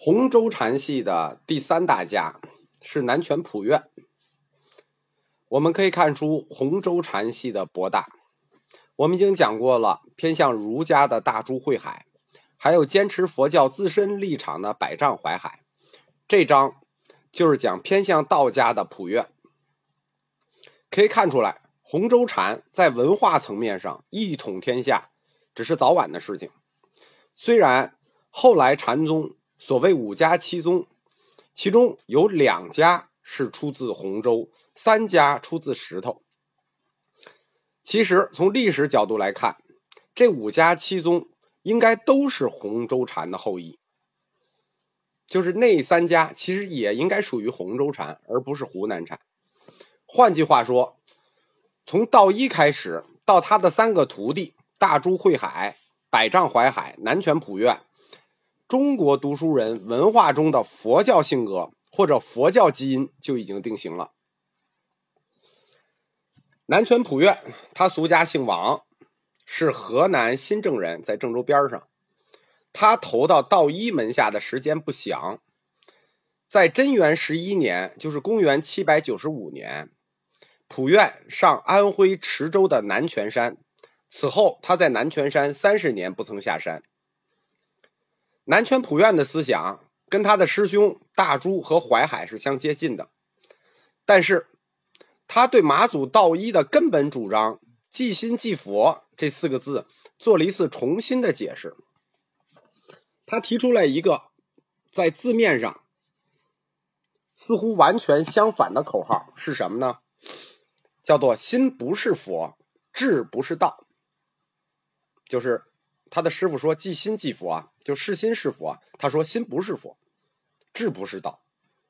洪州禅系的第三大家是南拳普愿。我们可以看出洪州禅系的博大。我们已经讲过了偏向儒家的大珠慧海，还有坚持佛教自身立场的百丈怀海。这章就是讲偏向道家的普愿。可以看出来，洪州禅在文化层面上一统天下只是早晚的事情。虽然后来禅宗所谓五家七宗，其中有2家是出自洪州，3家出自石头。其实从历史角度来看，这5家七宗应该都是洪州禅的后裔，就是那3家其实也应该属于洪州禅，而不是湖南禅。换句话说，从道一开始到他的3个徒弟大珠慧海、百丈怀海、南拳普愿，中国读书人文化中的佛教性格或者佛教基因就已经定型了。南拳普愿他俗家姓王，是河南新郑人，在郑州边上。他投到道一门下的时间不详，在贞元11年，就是公元795年，普愿上安徽池州的南泉山，此后他在南泉山30年不曾下山。南拳普愿的思想跟他的师兄大珠和怀海是相接近的，但是他对马祖道一的根本主张即心即佛这4个字做了一次重新的解释。他提出来一个在字面上似乎完全相反的口号，是什么呢？叫做心不是佛，智不是道。就是他的师父说即心即佛啊，就是心是佛啊，他说心不是佛，智不是道。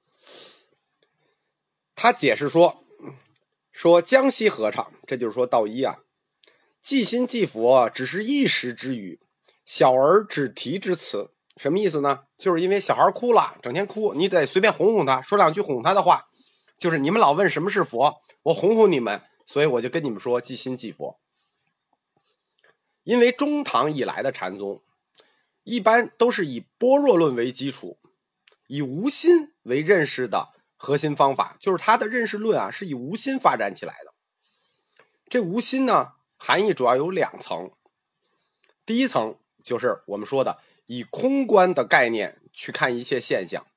他解释说江西和尚，这就是说道一啊，即心即佛只是一时之语，小儿只提之词。什么意思呢？就是因为小孩哭了，整天哭，你得随便哄哄他，说2句哄他的话，就是你们老问什么是佛，我哄哄你们，所以我就跟你们说即心即佛。因为中唐以来的禅宗一般都是以般若论为基础，以无心为认识的核心方法，就是他的认识论啊，是以无心发展起来的。这无心呢，含义主要有2层。第一层就是我们说的以空观的概念去看一切现象，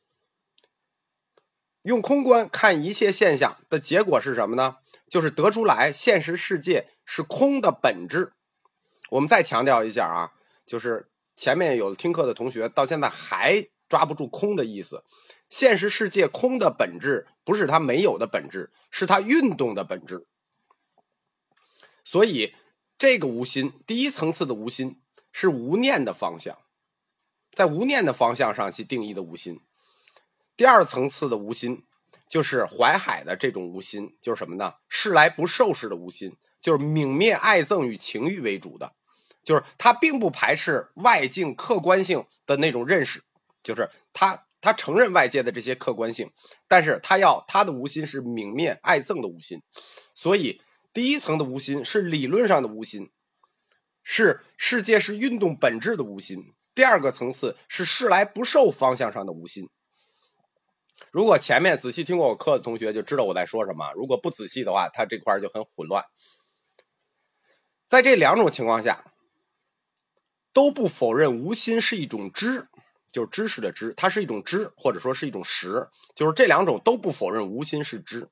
用空观看一切现象的结果是什么呢？就是得出来现实世界是空的本质。我们再强调一下啊，就是前面有听课的同学到现在还抓不住空的意思。现实世界空的本质不是它没有的本质，是它运动的本质。所以这个无心，第一层次的无心是无念的方向，在无念的方向上去定义的无心。第2层次的无心就是怀海的这种无心，就是什么呢？事来不受式的无心，就是泯灭爱憎与情欲为主的，就是他并不排斥外境客观性的那种认识，就是他承认外界的这些客观性，但是他的无心是泯灭爱憎的无心。所以第1层的无心是理论上的无心，是世界是运动本质的无心。第2个层次是事来不受方向上的无心。如果前面仔细听过我课的同学就知道我在说什么，如果不仔细的话，他这块就很混乱。在这2种情况下都不否认无心是一种知，就是知识的知，它是一种知，或者说是一种识，就是这2种都不否认无心是知。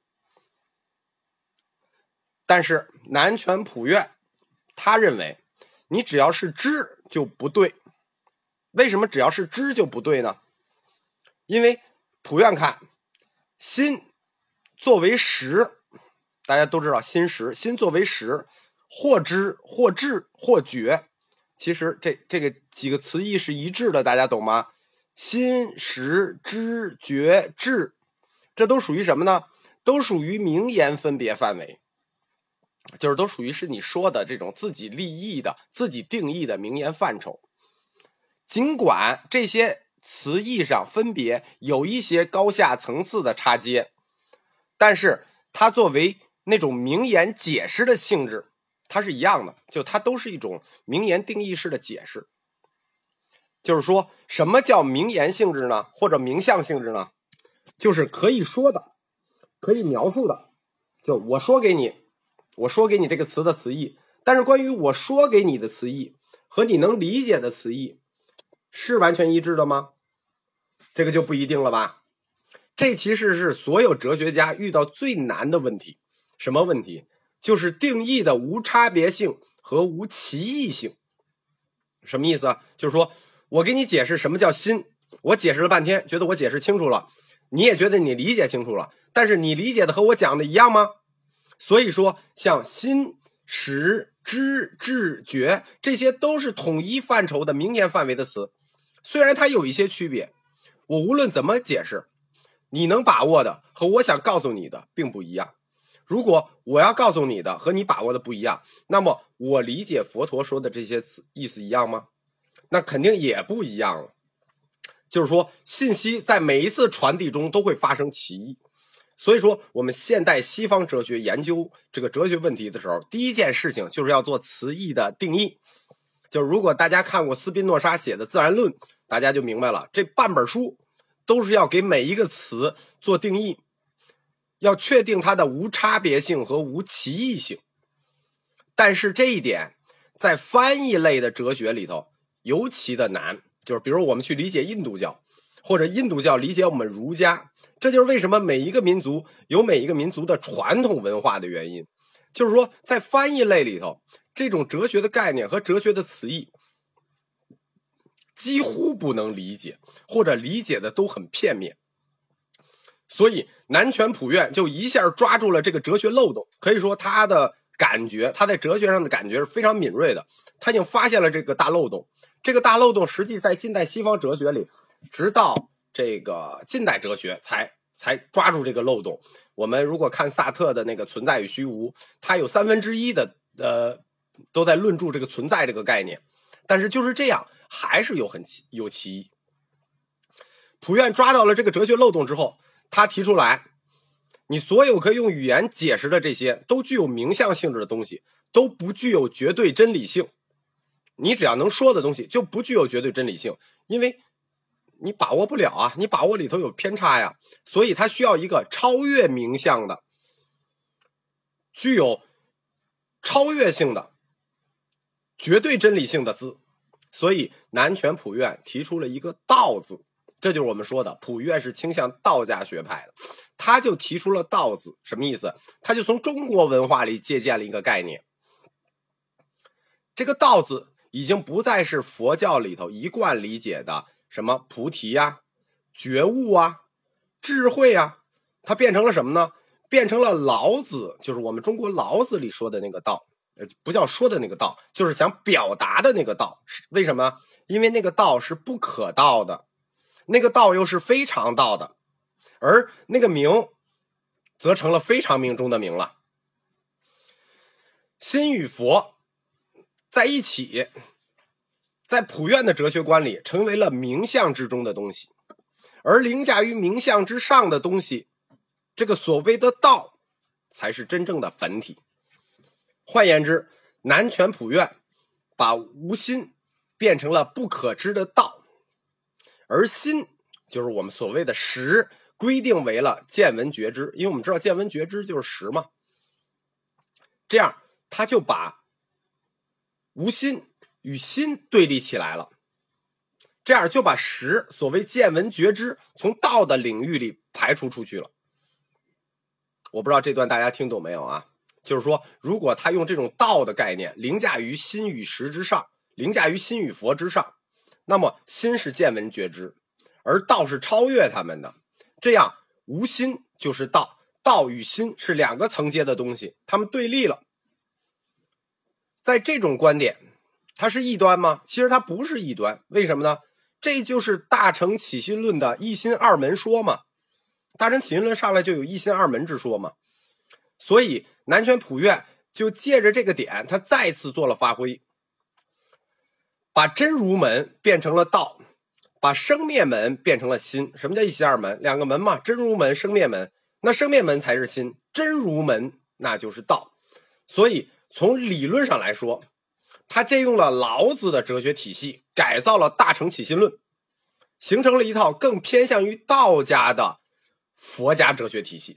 但是南拳普愿他认为你只要是知就不对。为什么只要是知就不对呢？因为普愿看心作为识，大家都知道心识，心作为识，或知或智或觉，其实这个几个词义是一致的，大家懂吗？心识知觉智，这都属于什么呢？都属于名言分别范围，就是都属于是你说的这种自己立意的自己定义的名言范畴。尽管这些词义上分别有一些高下层次的差阶，但是它作为那种名言解释的性质它是一样的，就它都是一种名言定义式的解释。 就是说什么叫名言性质呢？或者名相性质呢？就是可以说的，可以描述的。就我说给你这个词的词义，但是关于我说给你的词义和你能理解的词义是完全一致的吗？这个就不一定了吧。这其实是所有哲学家遇到最难的问题。什么问题？就是定义的无差别性和无歧义性。什么意思啊？就是说我给你解释什么叫心，我解释了半天，觉得我解释清楚了，你也觉得你理解清楚了，但是你理解的和我讲的一样吗？所以说像心、识、知、智、觉，这些都是统一范畴的名言范围的词，虽然它有一些区别，我无论怎么解释，你能把握的和我想告诉你的并不一样。如果我要告诉你的和你把握的不一样，那么我理解佛陀说的这些词意思一样吗？那肯定也不一样了。就是说信息在每一次传递中都会发生歧义。所以说我们现代西方哲学研究这个哲学问题的时候，第一件事情就是要做词义的定义。就是如果大家看过斯宾诺莎写的自然论，大家就明白了，这半本书都是要给每一个词做定义，要确定它的无差别性和无歧义性。但是这一点在翻译类的哲学里头尤其的难，就是比如我们去理解印度教，或者印度教理解我们儒家，这就是为什么每一个民族有每一个民族的传统文化的原因。就是说在翻译类里头，这种哲学的概念和哲学的词义几乎不能理解，或者理解的都很片面。所以南拳普愿就一下抓住了这个哲学漏洞，可以说他的感觉，他在哲学上的感觉是非常敏锐的，他已经发现了这个大漏洞。这个大漏洞实际在近代西方哲学里，直到这个近代哲学才抓住这个漏洞。我们如果看萨特的那个存在与虚无，他有1/3的都在论述这个存在这个概念，但是就是这样还是有歧义。普愿抓到了这个哲学漏洞之后，他提出来，你所有可以用语言解释的这些都具有名相性质的东西都不具有绝对真理性，你只要能说的东西就不具有绝对真理性，因为你把握不了啊，你把握里头有偏差呀，所以它需要一个超越名相的，具有超越性的绝对真理性的字。所以南拳普愿提出了一个道字，这就是我们说的普愿是倾向道家学派的，他就提出了道字。什么意思？他就从中国文化里借鉴了一个概念。这个道字已经不再是佛教里头一贯理解的什么菩提啊、觉悟啊、智慧啊，它变成了什么呢？变成了老子，就是我们中国老子里说的那个道，不叫说的那个道，就是想表达的那个道。为什么？因为那个道是不可道的，那个道又是非常道的，而那个名则成了非常名中的名了。心与佛在一起，在普愿的哲学观里成为了名相之中的东西，而凌驾于名相之上的东西，这个所谓的道才是真正的本体。换言之，南拳普愿把无心变成了不可知的道，而心就是我们所谓的识，规定为了见闻觉知，因为我们知道见闻觉知就是识嘛。这样他就把无心与心对立起来了，这样就把识，所谓见闻觉知，从道的领域里排除出去了。我不知道这段大家听懂没有啊？就是说如果他用这种道的概念凌驾于心与识之上，凌驾于心与佛之上，那么心是见闻觉知，而道是超越他们的，这样无心就是道，道与心是两个层阶的东西，他们对立了。在这种观点它是异端吗？其实它不是异端。为什么呢？这就是大乘起信论的一心二门说嘛。大乘起信论上来就有一心二门之说嘛。所以南拳普愿就借着这个点，他再次做了发挥，把真如门变成了道，把生灭门变成了心。什么叫一心二门？两个门嘛，真如门、生灭门。那生灭门才是心，真如门那就是道。所以从理论上来说， 他借用了老子的哲学体系，改造了大乘起心论，形成了一套更偏向于道家的佛家哲学体系。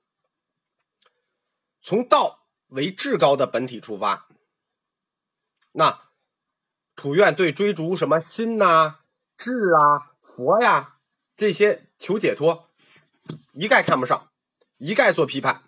从道为至高的本体出发，那普愿对追逐什么心啊、智啊、佛呀这些求解脱一概看不上，一概做批判。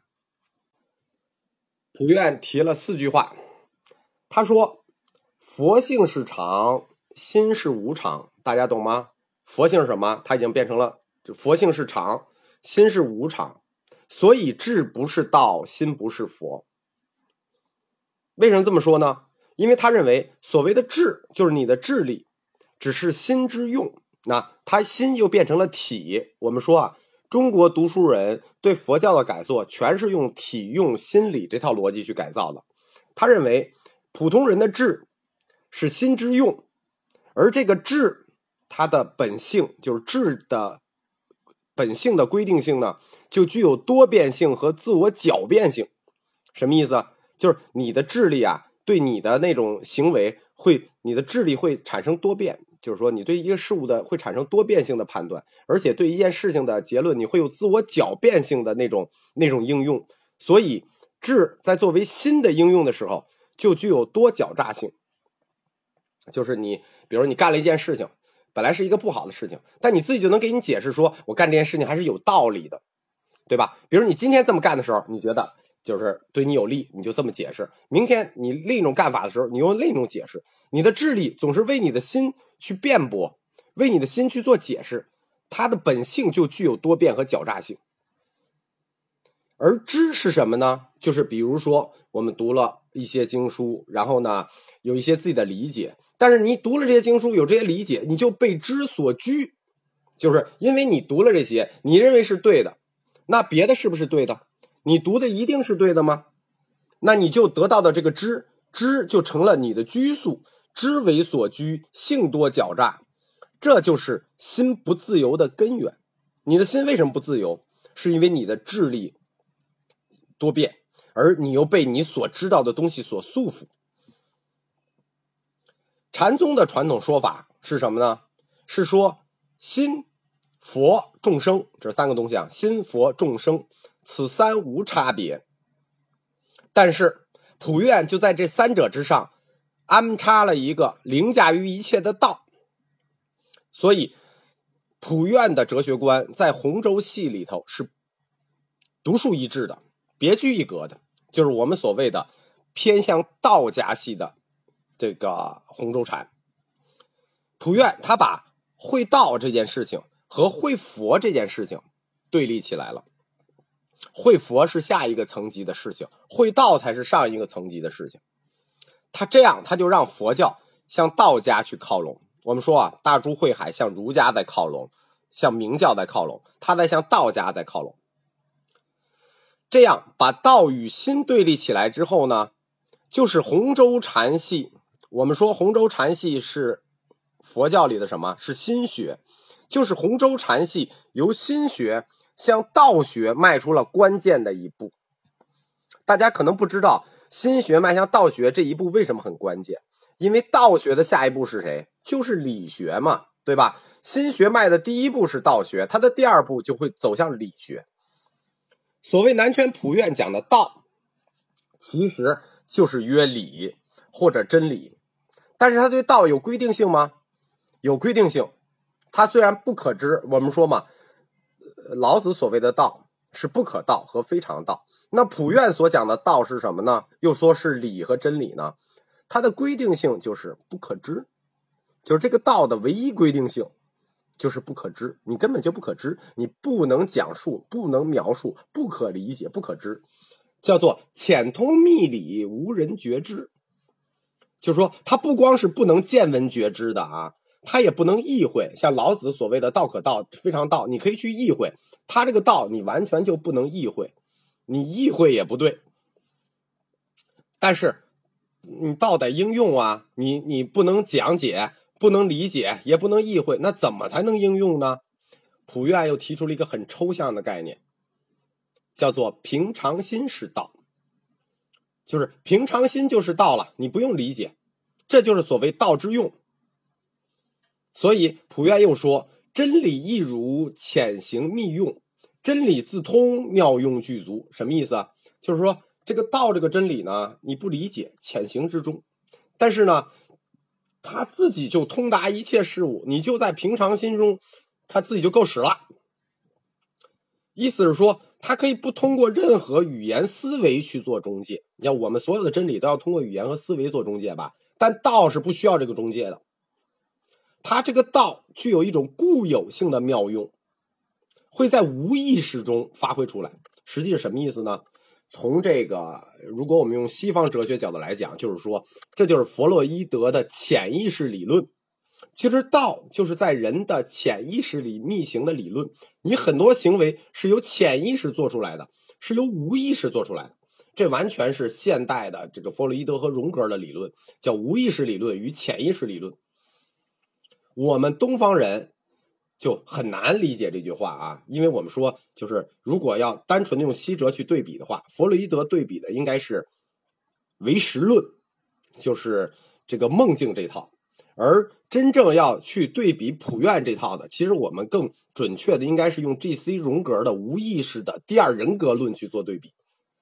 普愿提了4句话，他说佛性是常，心是无常，大家懂吗？佛性是什么？它已经变成了佛性是常，心是无常，所以智不是道，心不是佛。为什么这么说呢？因为他认为所谓的智就是你的智力，只是心之用，那他心又变成了体。我们说啊，中国读书人对佛教的改作全是用体用心理这套逻辑去改造的。他认为普通人的智是心之用，而这个智它的本性，就是智的本性的规定性呢，就具有多变性和自我狡辩性。什么意思？就是你的智力啊，对你的那种行为你的智力会产生多变，就是说你对一个事物的会产生多变性的判断，而且对一件事情的结论你会有自我狡辩性的那种应用。所以智在作为心的应用的时候就具有多狡诈性。就是比如你干了一件事情，本来是一个不好的事情，但你自己就能给你解释说我干这件事情还是有道理的，对吧？比如你今天这么干的时候，你觉得就是对你有利，你就这么解释，明天你另一种干法的时候，你用另一种解释。你的智力总是为你的心去辩驳，为你的心去做解释，它的本性就具有多变和狡诈性。而知是什么呢？就是比如说我们读了一些经书，然后呢有一些自己的理解，但是你读了这些经书，有这些理解，你就被知所拘，就是因为你读了这些，你认为是对的，那别的是不是对的？你读的一定是对的吗？那你就得到的这个知就成了你的拘束，知为所拘，性多狡诈，这就是心不自由的根源。你的心为什么不自由？是因为你的智力多变，而你又被你所知道的东西所束缚。禅宗的传统说法是什么呢？是说心、佛、众生，这3个东西啊，心、佛、众生，此3无差别。但是普愿就在这3者之上安插了一个凌驾于一切的道。所以普愿的哲学观在洪州系里头是独树一帜的，别具一格的，就是我们所谓的偏向道家系的这个洪州禅。普愿他把会道这件事情和会佛这件事情对立起来了。会佛是下一个层级的事情，会道才是上一个层级的事情。他这样他就让佛教向道家去靠拢。我们说啊，大珠慧海向儒家在靠拢，向明教在靠拢，他在向道家在靠拢。这样把道与心对立起来之后呢，就是洪州禅系。我们说洪州禅系是佛教里的什么？是心学，就是洪州禅系由心学向道学迈出了关键的一步。大家可能不知道心学迈向道学这一步为什么很关键，因为道学的下一步是谁？就是理学嘛，对吧？心学迈的第一步是道学，它的第2步就会走向理学。所谓南拳普愿讲的道，其实就是约理或者真理，但是它对道有规定性吗？有规定性。它虽然不可知，我们说嘛，老子所谓的道是不可道和非常道，那普愿所讲的道是什么呢？又说是理和真理呢？它的规定性就是不可知，就是这个道的唯一规定性就是不可知，你根本就不可知，你不能讲述，不能描述，不可理解，不可知，叫做浅通密理，无人觉知。就是说它不光是不能见闻觉知的啊，它也不能意会，像老子所谓的道可道非常道，你可以去意会，它这个道你完全就不能意会，你意会也不对。但是你道得应用啊，你不能讲解，不能理解，也不能意会，那怎么才能应用呢？普愿又提出了一个很抽象的概念，叫做平常心是道。就是平常心就是道了，你不用理解， 这就是所谓道之用。所以普愿又说，真理一如，潜行密用，真理自通，妙用具足。什么意思啊？就是说这个道这个真理呢，你不理解，潜行之中，但是呢他自己就通达一切事物，你就在平常心中他自己就够使了。意思是说他可以不通过任何语言思维去做中介，你看我们所有的真理都要通过语言和思维做中介吧，但道是不需要这个中介的。它这个道具有一种固有性的妙用，会在无意识中发挥出来。实际是什么意思呢？从这个如果我们用西方哲学角度来讲，就是说这就是弗洛伊德的潜意识理论。其实道就是在人的潜意识里密行的理论，你很多行为是由潜意识做出来的，是由无意识做出来的。这完全是现代的这个弗洛伊德和荣格的理论，叫无意识理论与潜意识理论。我们东方人就很难理解这句话啊，因为我们说就是如果要单纯的用西哲去对比的话，弗洛伊德对比的应该是唯识论，就是这个梦境这套，而真正要去对比普愿这套的，其实我们更准确的应该是用 G.C. 荣格的无意识的第二人格论去做对比。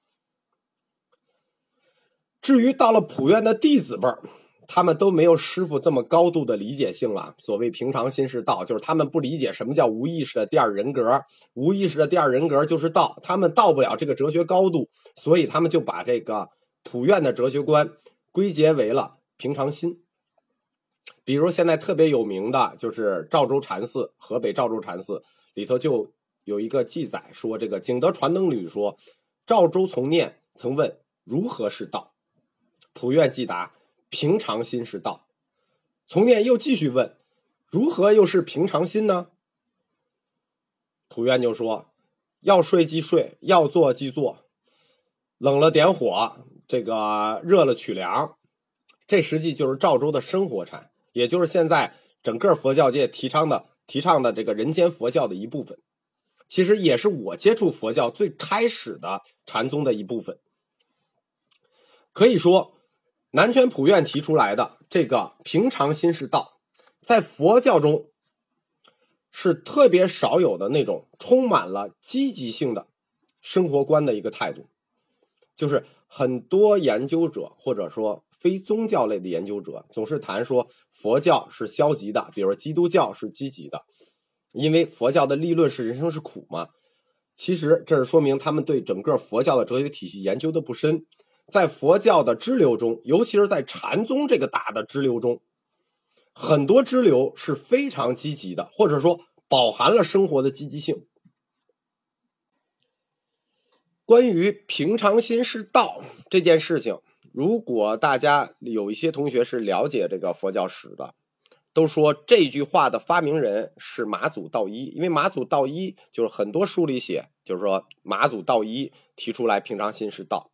至于到了普愿的弟子辈儿，他们都没有师父这么高度的理解性了。所谓平常心是道，就是他们不理解什么叫无意识的第二人格，无意识的第二人格就是道，他们到不了这个哲学高度，所以他们就把这个普愿的哲学观归结为了平常心。比如现在特别有名的就是赵州禅寺，河北赵州禅寺里头就有一个记载说，这个景德传灯里说，赵州从念曾问如何是道，普愿即答平常心是道。从念又继续问如何又是平常心呢？普愿就说要睡即睡，要做即做，冷了点火，这个热了取凉。这实际就是赵州的生活禅，也就是现在整个佛教界提倡的这个人间佛教的一部分，其实也是我接触佛教最开始的禅宗的一部分。可以说南拳普愿提出来的这个平常心是道，在佛教中是特别少有的那种充满了积极性的生活观的一个态度。就是很多研究者或者说非宗教类的研究者总是谈说佛教是消极的，比如说基督教是积极的，因为佛教的立论是人生是苦嘛。其实这是说明他们对整个佛教的哲学体系研究的不深。在佛教的支流中，尤其是在禅宗这个大的支流中，很多支流是非常积极的，或者说饱含了生活的积极性。关于平常心是道这件事情，如果大家有一些同学是了解这个佛教史的，都说这句话的发明人是马祖道一，因为马祖道一就是很多书里写，就是说马祖道一提出来平常心是道。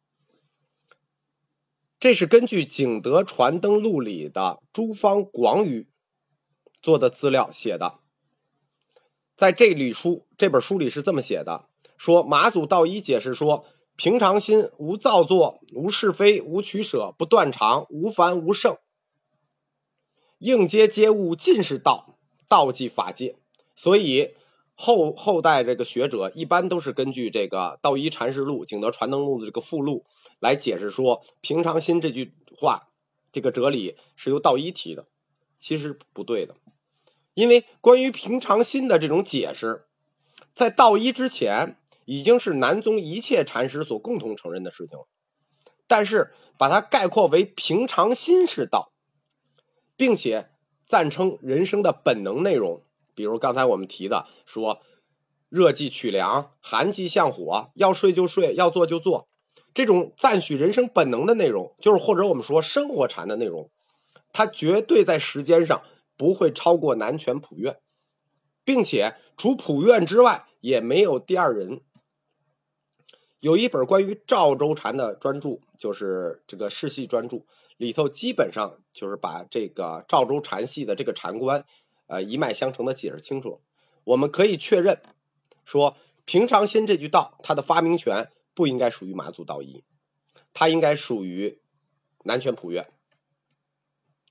这是根据景德传灯录里的诸方广语做的资料写的。在这本书里是这么写的，说马祖道一解释说，平常心无造作，无是非，无取舍，不断常，无烦无胜，应接皆物尽是道，道即法界。所以后代这个学者一般都是根据这个道一禅师录、景德传灯录的这个附录来解释说，平常心这句话这个哲理是由道一提的，其实不对的。因为关于平常心的这种解释，在道一之前已经是南宗一切禅师所共同承认的事情了，但是把它概括为平常心是道，并且赞称人生的本能内容，比如刚才我们提的说热即取凉，寒即向火，要睡就睡，要做就做，这种赞许人生本能的内容，就是或者我们说生活禅的内容，它绝对在时间上不会超过南拳普愿，并且除普愿之外也没有第二人。有一本关于赵州禅的专著，就是这个世系专著，里头基本上就是把这个赵州禅系的这个禅观一脉相承的解释清楚。我们可以确认说，平常心这句道它的发明权不应该属于马祖道一，它应该属于南拳普愿。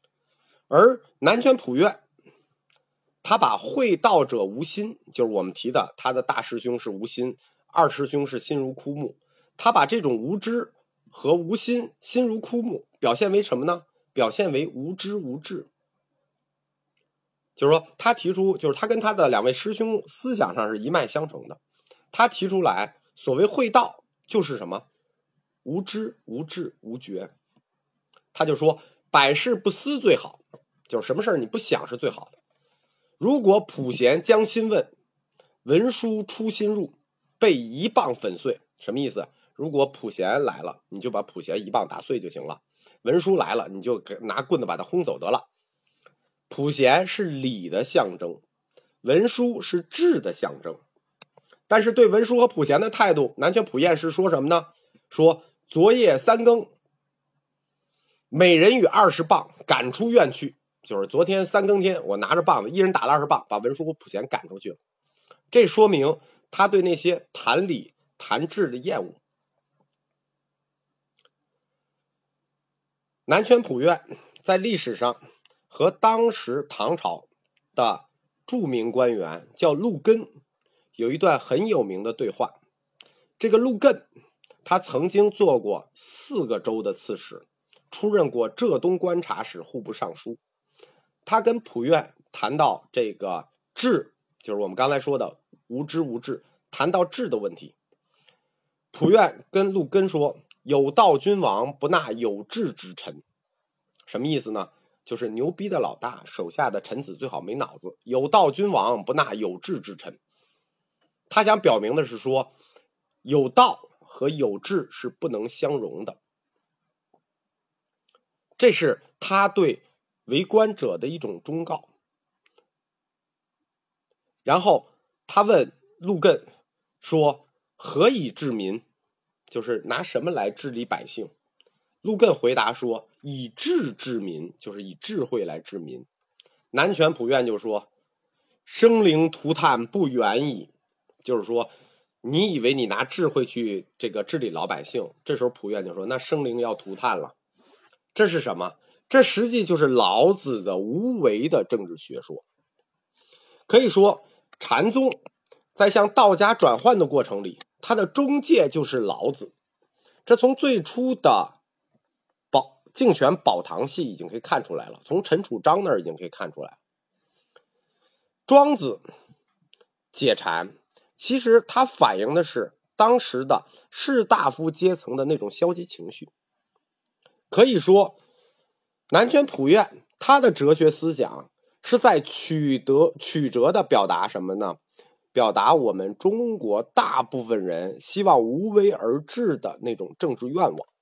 而南拳普愿他把会道者无心，就是我们提的他的大师兄是无心，二师兄是心如枯木，他把这种无知和无心、心如枯木表现为什么呢？表现为无知无智。就是说他提出，就是他跟他的两位师兄思想上是一脉相承的。他提出来所谓会道就是什么？无知无智无觉。他就说百事不思最好，就是什么事你不想是最好的。如果普贤将心问，文书出心入，被一棒粉碎。什么意思？如果普贤来了，你就把普贤一棒打碎就行了；文书来了，你就拿棍子把他轰走得了。普贤是理的象征，文书是智的象征。但是对文书和普贤的态度，南拳普验是说什么呢？说昨夜三更，每人与20棒赶出院去。就是昨天三更天，我拿着棒子，一人打了20棒，把文书和普贤赶出去了。这说明他对那些谈理谈智的厌恶。南拳普愿在历史上和当时唐朝的著名官员叫陆艮有一段很有名的对话。这个陆艮他曾经做过4个州的刺史，出任过浙东观察使、户部尚书。他跟普愿谈到这个智，就是我们刚才说的无知无智，谈到智的问题。普愿跟陆艮说，有道君王不纳有志之臣。什么意思呢？就是牛逼的老大手下的臣子最好没脑子，有道君王不纳有志之臣。他想表明的是说，有道和有志是不能相容的。这是他对为官者的一种忠告。然后他问陆艮说，何以治民？就是拿什么来治理百姓？陆艮回答说，以智治民，就是以智慧来治民。南拳普愿就说，生灵涂炭不远矣。就是说你以为你拿智慧去这个治理老百姓，这时候普愿就说，那生灵要涂炭了。这是什么？这实际就是老子的无为的政治学说。可以说禅宗在向道家转换的过程里，它的中介就是老子。这从最初的敬泉宝堂系已经可以看出来了，从陈楚章那儿已经可以看出来。庄子解禅，其实它反映的是当时的士大夫阶层的那种消极情绪。可以说南拳普愿他的哲学思想是在曲折的表达什么呢？表达我们中国大部分人希望无为而治的那种政治愿望。